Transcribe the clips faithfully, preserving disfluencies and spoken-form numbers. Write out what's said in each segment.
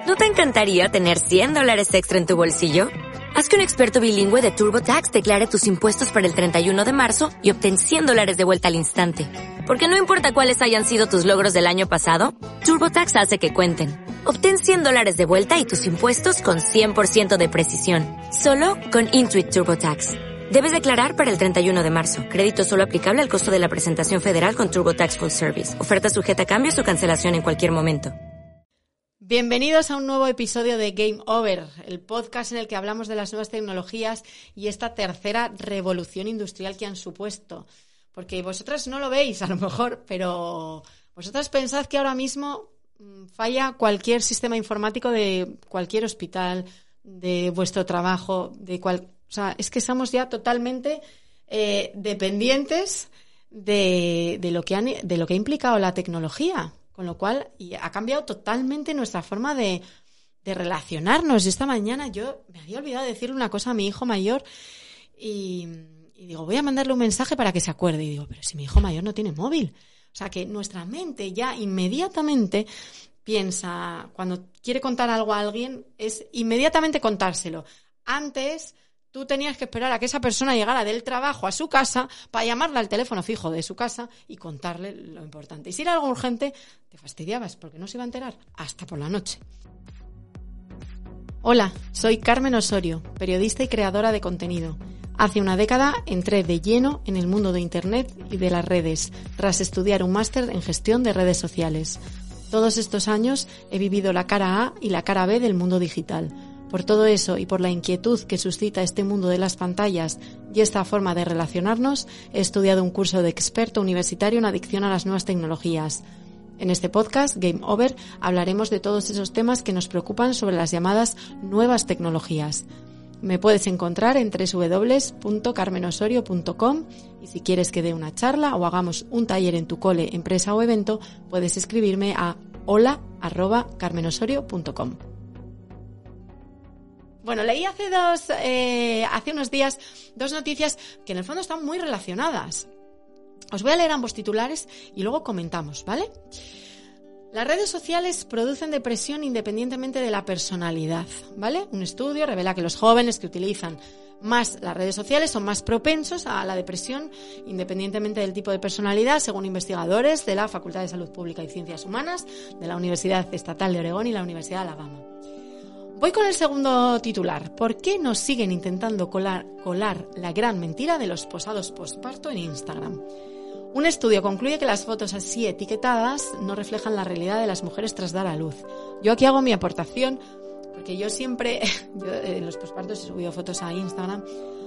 ¿No te encantaría tener cien dólares extra en tu bolsillo? Haz que un experto bilingüe de TurboTax declare tus impuestos para el treinta y uno de marzo y obtén cien dólares de vuelta al instante. Porque no importa cuáles hayan sido tus logros del año pasado, TurboTax hace que cuenten. Obtén cien dólares de vuelta y tus impuestos con cien por ciento de precisión. Solo con Intuit TurboTax. Debes declarar para el treinta y uno de marzo. Crédito solo aplicable al costo de la presentación federal con TurboTax Full Service. Oferta sujeta a cambios o cancelación en cualquier momento. Bienvenidos a un nuevo episodio de Game Over, el podcast en el que hablamos de las nuevas tecnologías y esta tercera revolución industrial que han supuesto. Porque vosotras no lo veis a lo mejor, pero vosotras pensad que ahora mismo falla cualquier sistema informático de cualquier hospital, de vuestro trabajo, de cual, o sea, es que estamos ya totalmente eh, dependientes de, de lo que han, de lo que ha implicado la tecnología. Con lo cual, y ha cambiado totalmente nuestra forma de, de relacionarnos. Y esta mañana yo me había olvidado de decirle una cosa a mi hijo mayor y, y digo, voy a mandarle un mensaje para que se acuerde. Y digo, pero si mi hijo mayor no tiene móvil. O sea, que nuestra mente ya inmediatamente piensa, cuando quiere contar algo a alguien, es inmediatamente contárselo. Antes tú tenías que esperar a que esa persona llegara del trabajo a su casa para llamarla al teléfono fijo de su casa y contarle lo importante. Y si era algo urgente, te fastidiabas porque no se iba a enterar hasta por la noche. Hola, soy Carmen Osorio, periodista y creadora de contenido. Hace una década entré de lleno en el mundo de Internet y de las redes, tras estudiar un máster en gestión de redes sociales. Todos estos años he vivido la cara A y la cara B del mundo digital. Por todo eso y por la inquietud que suscita este mundo de las pantallas y esta forma de relacionarnos, he estudiado un curso de experto universitario en adicción a las nuevas tecnologías. En este podcast, Game Over, hablaremos de todos esos temas que nos preocupan sobre las llamadas nuevas tecnologías. Me puedes encontrar en doble u doble u doble u punto carmen osorio punto com y si quieres que dé una charla o hagamos un taller en tu cole, empresa o evento, puedes escribirme a hola arroba carmen osorio punto com. Bueno, leí hace dos, eh, hace unos días dos noticias que en el fondo están muy relacionadas. Os voy a leer ambos titulares y luego comentamos, ¿vale? Las redes sociales producen depresión independientemente de la personalidad, ¿vale? Un estudio revela que los jóvenes que utilizan más las redes sociales son más propensos a la depresión independientemente del tipo de personalidad, según investigadores de la Facultad de Salud Pública y Ciencias Humanas de la Universidad Estatal de Oregón y la Universidad de Alabama. Voy con el segundo titular. ¿Por qué nos siguen intentando colar, colar la gran mentira de los posados posparto en Instagram? Un estudio concluye que las fotos así etiquetadas no reflejan la realidad de las mujeres tras dar a luz. Yo aquí hago mi aportación, porque yo siempre, yo en los pospartos he subido fotos a Instagram,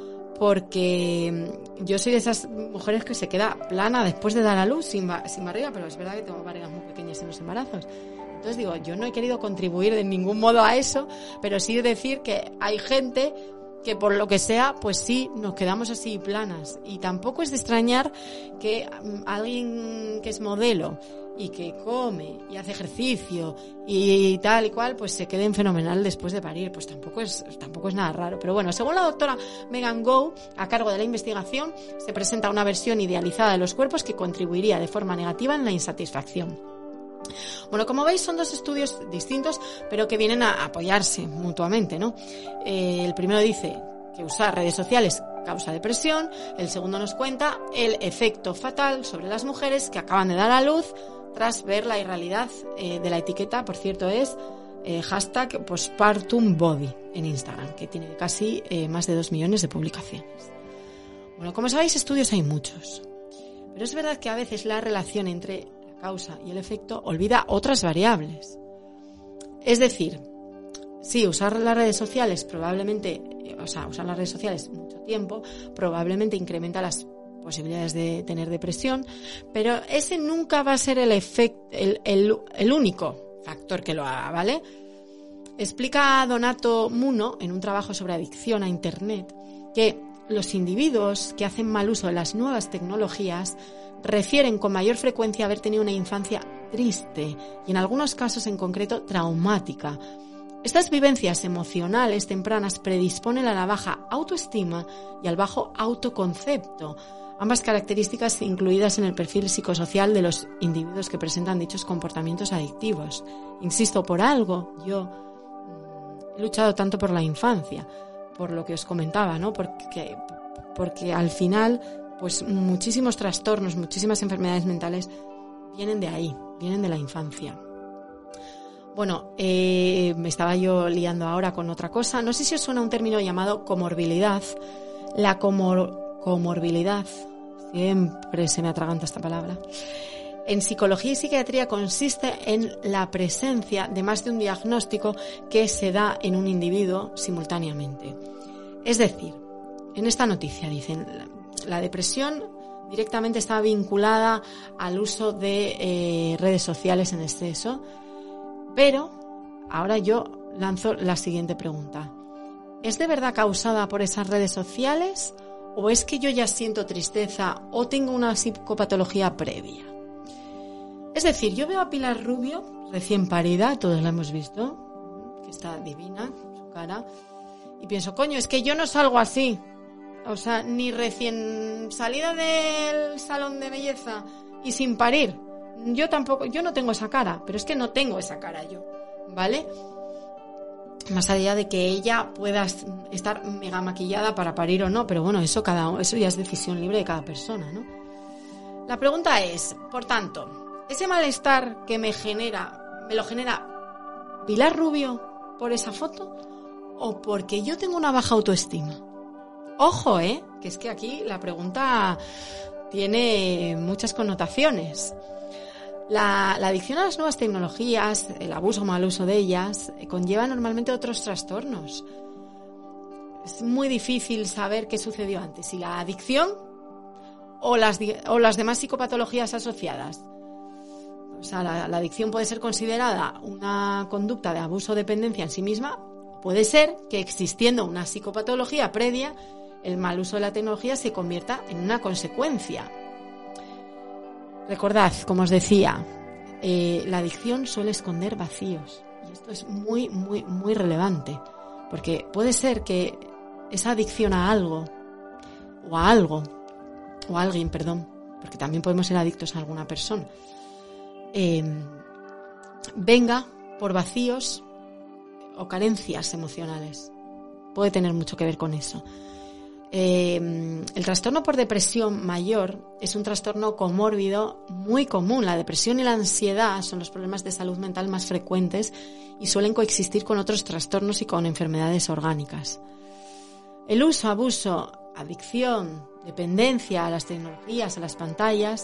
porque yo soy de esas mujeres que se queda plana después de dar a luz, sin, sin barriga, pero es verdad que tengo barrigas muy pequeñas en los embarazos. Entonces digo, yo no he querido contribuir de ningún modo a eso, pero sí decir que hay gente que por lo que sea, pues sí, nos quedamos así planas. Y tampoco es de extrañar que alguien que es modelo y que come y hace ejercicio y tal y cual, pues se queden fenomenal después de parir. Pues tampoco es, tampoco es nada raro. Pero bueno, según la doctora Megan Gow, a cargo de la investigación, se presenta una versión idealizada de los cuerpos que contribuiría de forma negativa en la insatisfacción. Bueno, como veis son dos estudios distintos, pero que vienen a apoyarse mutuamente, ¿no? Eh, el primero dice que usar redes sociales causa depresión, el segundo nos cuenta el efecto fatal sobre las mujeres que acaban de dar a luz tras ver la irrealidad eh, de la etiqueta, por cierto es eh, hashtag postpartum body en Instagram, que tiene casi eh, más de dos millones de publicaciones. Bueno, como sabéis, estudios hay muchos, pero es verdad que a veces la relación entre causa y el efecto olvida otras variables. Es decir, sí, usar las redes sociales probablemente, o sea, usar las redes sociales mucho tiempo probablemente incrementa las posibilidades de tener depresión, pero ese nunca va a ser el efecto, el, el, el único factor que lo haga, ¿vale? Explica Donato Muno en un trabajo sobre adicción a Internet que los individuos que hacen mal uso de las nuevas tecnologías refieren con mayor frecuencia a haber tenido una infancia triste y en algunos casos en concreto traumática. Estas vivencias emocionales tempranas predisponen a la baja autoestima y al bajo autoconcepto, ambas características incluidas en el perfil psicosocial de los individuos que presentan dichos comportamientos adictivos. Insisto, por algo yo he luchado tanto por la infancia, por lo que os comentaba, ¿no? Porque, porque al final, pues muchísimos trastornos, muchísimas enfermedades mentales vienen de ahí, vienen de la infancia. Bueno, eh, me estaba yo liando ahora con otra cosa. No sé si os suena un término llamado comorbilidad. La comor- comorbilidad, siempre se me atraganta esta palabra. En psicología y psiquiatría consiste en la presencia de más de un diagnóstico que se da en un individuo simultáneamente. Es decir, en esta noticia dicen, la depresión directamente está vinculada al uso de eh, redes sociales en exceso, pero ahora yo lanzo la siguiente pregunta. ¿Es de verdad causada por esas redes sociales o es que yo ya siento tristeza o tengo una psicopatología previa? Es decir, yo veo a Pilar Rubio, recién parida, todos la hemos visto, que está divina, su cara, y pienso, coño, es que yo no salgo así. O sea, ni recién salida del salón de belleza y sin parir. Yo tampoco, yo no tengo esa cara, pero es que no tengo esa cara yo, ¿vale? Más allá de que ella pueda estar mega maquillada para parir o no, pero bueno, eso cada eso ya es decisión libre de cada persona, ¿no? La pregunta es, por tanto, ese malestar que me genera, ¿me lo genera Pilar Rubio por esa foto o porque yo tengo una baja autoestima? Ojo, ¿eh? Que es que aquí la pregunta tiene muchas connotaciones. La, la adicción a las nuevas tecnologías, el abuso o mal uso de ellas, conlleva normalmente otros trastornos. Es muy difícil saber qué sucedió antes, si la adicción o las, o las demás psicopatologías asociadas. O sea, la, la adicción puede ser considerada una conducta de abuso o dependencia en sí misma. Puede ser que existiendo una psicopatología previa, el mal uso de la tecnología se convierta en una consecuencia. Recordad, como os decía, eh, la adicción suele esconder vacíos. Y esto es muy, muy, muy relevante. Porque puede ser que esa adicción a algo, o a algo, o a alguien, perdón, porque también podemos ser adictos a alguna persona, eh, venga por vacíos o carencias emocionales. Puede tener mucho que ver con eso. Eh, el trastorno por depresión mayor es un trastorno comórbido muy común. La depresión y la ansiedad son los problemas de salud mental más frecuentes y suelen coexistir con otros trastornos y con enfermedades orgánicas. El uso, abuso, adicción, dependencia a las tecnologías, a las pantallas,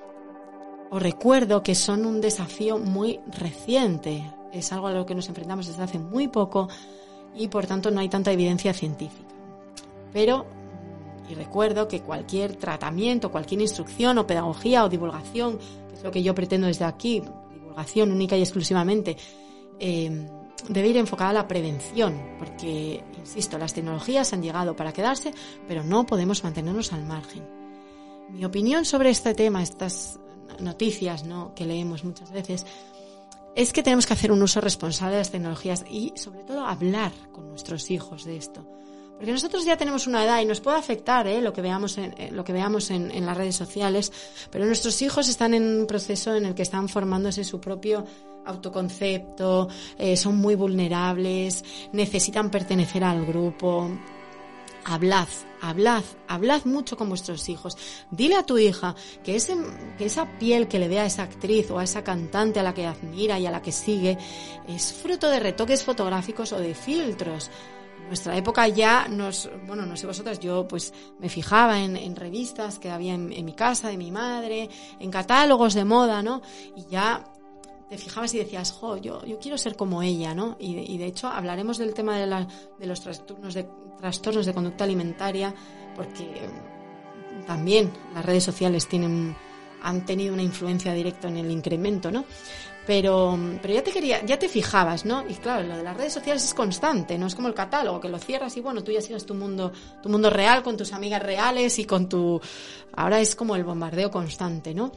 os recuerdo que son un desafío muy reciente. Es algo a lo que nos enfrentamos desde hace muy poco y por tanto no hay tanta evidencia científica. Pero, y recuerdo que cualquier tratamiento, cualquier instrucción o pedagogía o divulgación, que es lo que yo pretendo desde aquí, divulgación única y exclusivamente, eh, debe ir enfocada a la prevención, porque, insisto, las tecnologías han llegado para quedarse, pero no podemos mantenernos al margen. Mi opinión sobre este tema, estas noticias, ¿no?, que leemos muchas veces, es que tenemos que hacer un uso responsable de las tecnologías y, sobre todo, hablar con nuestros hijos de esto. Porque nosotros ya tenemos una edad y nos puede afectar ¿eh? lo que veamos, en, eh, lo que veamos en, en las redes sociales, pero nuestros hijos están en un proceso en el que están formándose su propio autoconcepto, eh, son muy vulnerables, necesitan pertenecer al grupo. Hablad, hablad, hablad mucho con vuestros hijos. Dile a tu hija que, ese, que esa piel que le ve a esa actriz o a esa cantante a la que admira y a la que sigue es fruto de retoques fotográficos o de filtros. En nuestra época ya nos, bueno, no sé vosotras, yo pues me fijaba en, en revistas que había en, en mi casa, de mi madre, en catálogos de moda, ¿no? Y ya te fijabas y decías, jo, yo, yo quiero ser como ella, ¿no? Y de, y de hecho hablaremos del tema de, la, de los trastornos de, trastornos de conducta alimentaria, porque también las redes sociales tienen, han tenido una influencia directa en el incremento, ¿no? Pero, pero ya te quería, ya te fijabas, ¿no? Y claro, lo de las redes sociales es constante, no es como el catálogo, que lo cierras y bueno, tú ya sigues tu mundo, tu mundo real con tus amigas reales y con tu, ahora es como el bombardeo constante, ¿no?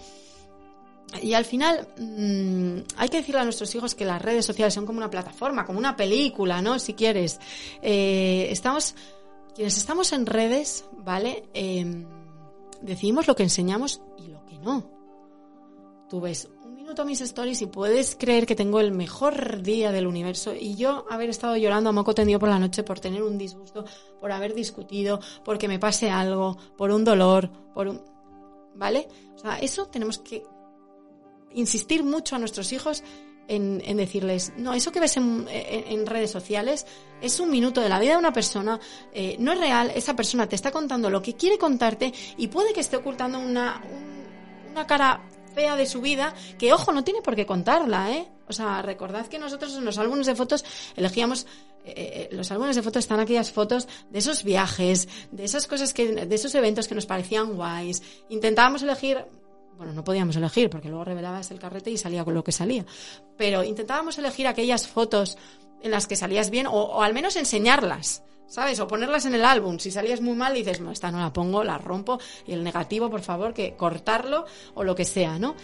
Y al final mmm, hay que decirle a nuestros hijos que las redes sociales son como una plataforma, como una película, ¿no? Si quieres, eh, estamos, quienes estamos en redes, ¿vale? Eh, decidimos lo que enseñamos y lo que no. Tú ves minuto a mis stories y puedes creer que tengo el mejor día del universo y yo haber estado llorando a moco tendido por la noche por tener un disgusto, por haber discutido, porque me pase algo, por un dolor, por un... ¿Vale? O sea, eso tenemos que insistir mucho a nuestros hijos en, en decirles, no, eso que ves en, en, en redes sociales es un minuto de la vida de una persona, eh, no es real, esa persona te está contando lo que quiere contarte y puede que esté ocultando una, un, una cara fea de su vida, que ojo, no tiene por qué contarla, ¿eh? O sea, recordad que nosotros en los álbumes de fotos elegíamos, eh, los álbumes de fotos están aquellas fotos de esos viajes, de esas cosas que, de esos eventos que nos parecían guays. Intentábamos elegir, bueno, no podíamos elegir porque luego revelabas el carrete y salía con lo que salía, pero intentábamos elegir aquellas fotos en las que salías bien o, o al menos enseñarlas, ¿sabes? O ponerlas en el álbum. Si salías muy mal dices, no, esta no la pongo, la rompo, y el negativo, por favor, que cortarlo o lo que sea, ¿no?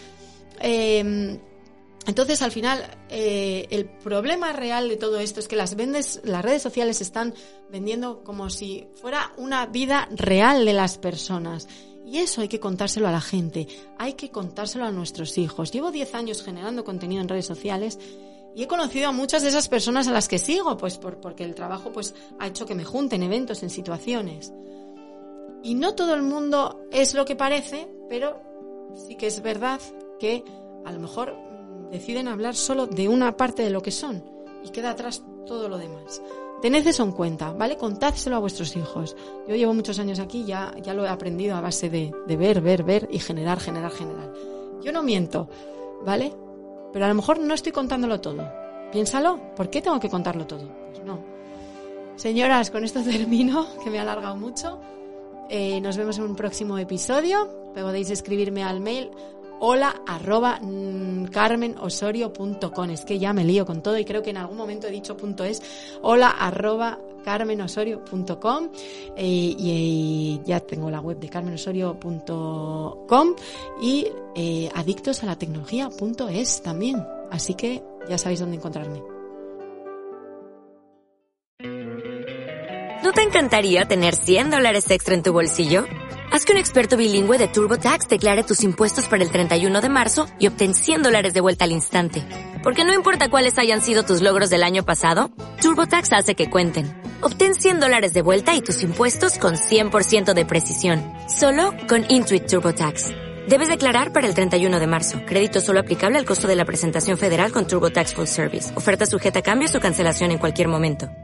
Eh, entonces, al final, eh, el problema real de todo esto es que las vendes, las redes sociales están vendiendo como si fuera una vida real de las personas. Y eso hay que contárselo a la gente, hay que contárselo a nuestros hijos. Llevo diez años generando contenido en redes sociales y he conocido a muchas de esas personas a las que sigo, pues por, porque el trabajo pues ha hecho que me junten eventos, en situaciones. Y no todo el mundo es lo que parece, pero sí que es verdad que a lo mejor deciden hablar solo de una parte de lo que son y queda atrás todo lo demás. Tened eso en cuenta, ¿vale? Contádselo a vuestros hijos. Yo llevo muchos años aquí, ya, ya lo he aprendido a base de, de ver, ver, ver y generar, generar, generar. Yo no miento, ¿vale? Pero a lo mejor no estoy contándolo todo. Piénsalo, ¿por qué tengo que contarlo todo? Pues no. Señoras, con esto termino, que me he alargado mucho. Eh, nos vemos en un próximo episodio. Podéis escribirme al mail hola arroba carmenosorio punto com. Es que ya me lío con todo y creo que en algún momento he dicho punto es. Hola arroba carmenosorio punto com, eh, y, y ya tengo la web de carmenosorio punto com y eh, adictos a la tecnología punto es también. Así que ya sabéis dónde encontrarme. ¿No te encantaría tener cien dólares extra en tu bolsillo? Haz que un experto bilingüe de TurboTax declare tus impuestos para el treinta y uno de marzo y obtén cien dólares de vuelta al instante. Porque no importa cuáles hayan sido tus logros del año pasado, TurboTax hace que cuenten. Obtén cien dólares de vuelta y tus impuestos con cien por ciento de precisión. Solo con Intuit TurboTax. Debes declarar para el treinta y uno de marzo. Crédito solo aplicable al costo de la presentación federal con TurboTax Full Service. Oferta sujeta a cambios o cancelación en cualquier momento.